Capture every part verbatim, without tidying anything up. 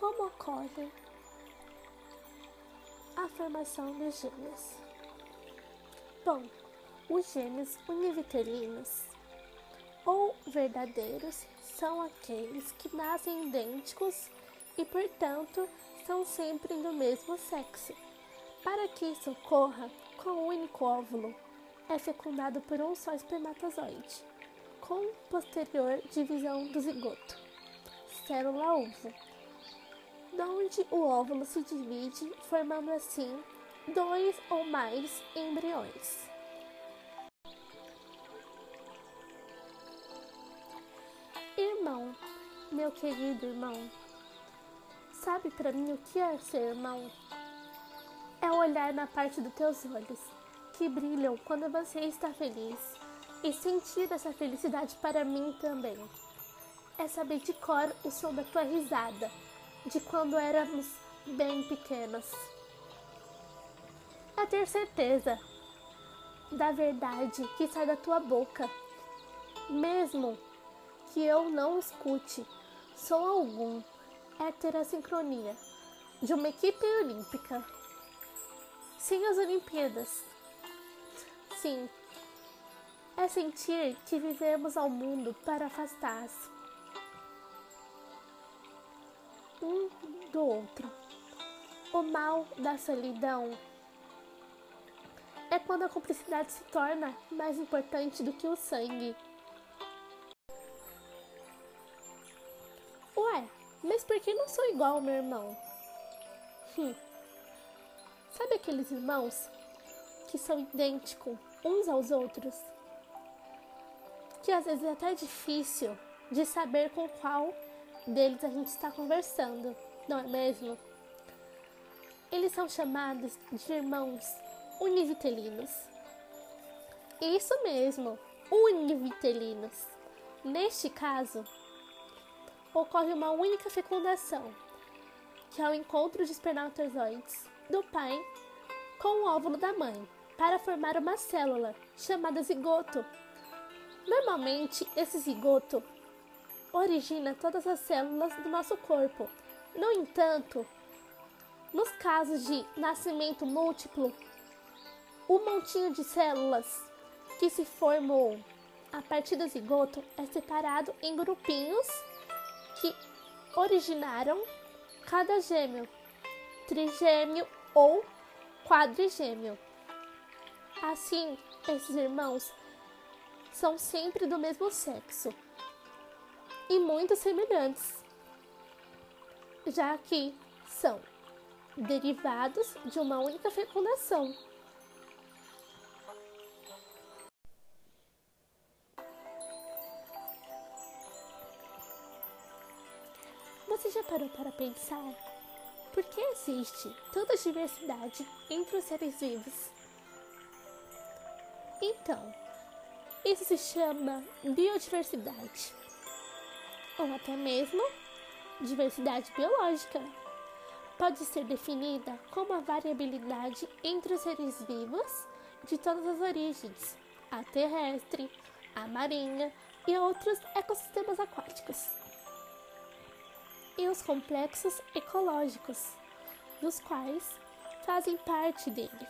Como ocorre a formação dos gêmeos? Bom, os gêmeos univitelinos ou verdadeiros são aqueles que nascem idênticos e, portanto, são sempre do mesmo sexo. Para que isso ocorra, com um único óvulo, é fecundado por um só espermatozoide, com posterior divisão do zigoto, célula-ovo, onde o óvulo se divide, formando assim dois ou mais embriões. Irmão, meu querido irmão, sabe para mim o que é ser irmão? É olhar na parte dos teus olhos, que brilham quando você está feliz, e sentir essa felicidade para mim também. É saber de cor o som da tua risada, de quando éramos bem pequenos. É ter certeza da verdade que sai da tua boca, mesmo que eu não escute som algum. É ter a sincronia de uma equipe olímpica. Sim, as Olimpíadas. Sim, é sentir que vivemos ao mundo para afastar-se um do outro. O mal da solidão é quando a cumplicidade se torna mais importante do que o sangue. Ué, mas por que não sou igual ao meu irmão? Hum. Sabe aqueles irmãos que são idênticos uns aos outros? Que às vezes é até difícil de saber com qual deles a gente está conversando, não é mesmo? Eles são chamados de irmãos univitelinos. Isso mesmo, univitelinos. Neste caso, ocorre uma única fecundação, que é o encontro de espermatozoides do pai com o óvulo da mãe, para formar uma célula chamada zigoto. Normalmente, esse zigoto origina todas as células do nosso corpo. No entanto, nos casos de nascimento múltiplo, o montinho de células que se formou a partir do zigoto é separado em grupinhos que originaram cada gêmeo, trigêmeo ou quadrigêmeo. Assim, esses irmãos são sempre do mesmo sexo e muito semelhantes, já que são derivados de uma única fecundação. Você já parou para pensar por que existe tanta diversidade entre os seres vivos? Então, isso se chama biodiversidade, ou até mesmo diversidade biológica. Pode ser definida como a variabilidade entre os seres vivos de todas as origens, a terrestre, a marinha e outros ecossistemas aquáticos, e os complexos ecológicos, dos quais fazem parte dele.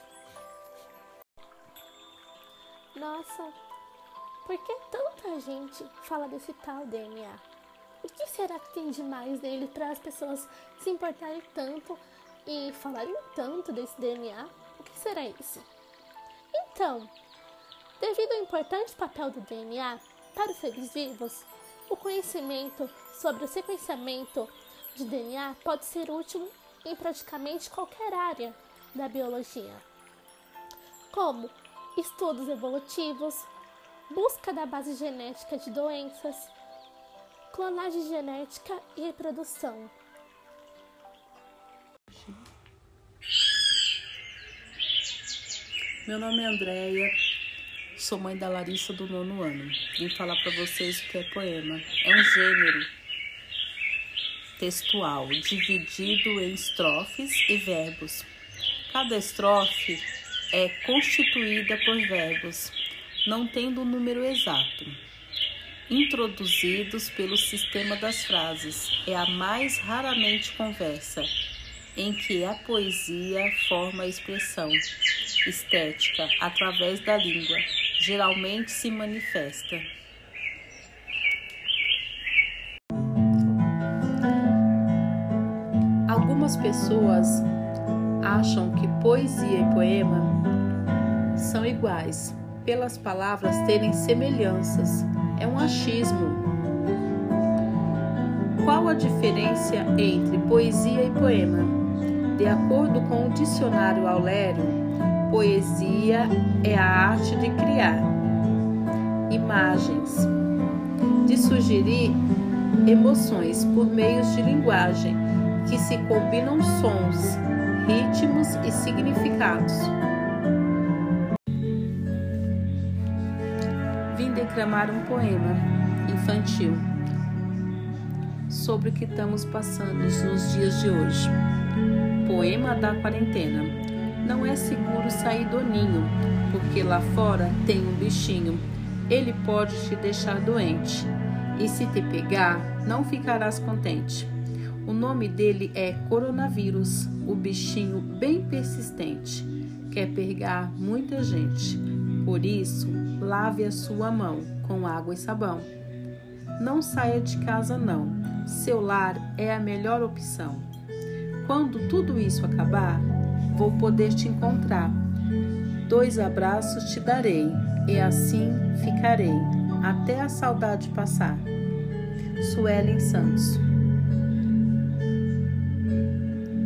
Nossa, por que tanta gente fala desse tal D N A? O que será que tem demais nele para as pessoas se importarem tanto e falarem tanto desse D N A? O que será isso? Então, devido ao importante papel do D N A para os seres vivos, o conhecimento sobre o sequenciamento de D N A pode ser útil em praticamente qualquer área da biologia, como estudos evolutivos, busca da base genética de doenças, clonagem genética e reprodução. Meu nome é Andréia, sou mãe da Larissa do nono ano. Vim falar para vocês o que é poema. É um gênero textual dividido em estrofes e verbos. Cada estrofe é constituída por verbos, não tendo um número exato. introduzidos pelo sistema das frases. É a mais raramente conversa, em que a poesia forma a expressão estética através da língua, geralmente se manifesta. Algumas pessoas acham que poesia e poema são iguais, pelas palavras terem semelhanças. É um achismo. Qual a diferença entre poesia e poema? De acordo com o dicionário Aulério, poesia é a arte de criar imagens, de sugerir emoções por meios de linguagem que se combinam sons, ritmos e significados. Vim declamar um poema infantil sobre o que estamos passando nos dias de hoje. Poema da quarentena. Não é seguro sair do ninho, porque lá fora tem um bichinho. Ele pode te deixar doente, e se te pegar, não ficarás contente. O nome dele é coronavírus, o bichinho bem persistente. Quer pegar muita gente. Por isso, lave a sua mão com água e sabão. Não saia de casa não, seu lar é a melhor opção. Quando tudo isso acabar, vou poder te encontrar. Dois abraços te darei, e assim ficarei, até a saudade passar. Suelen Santos.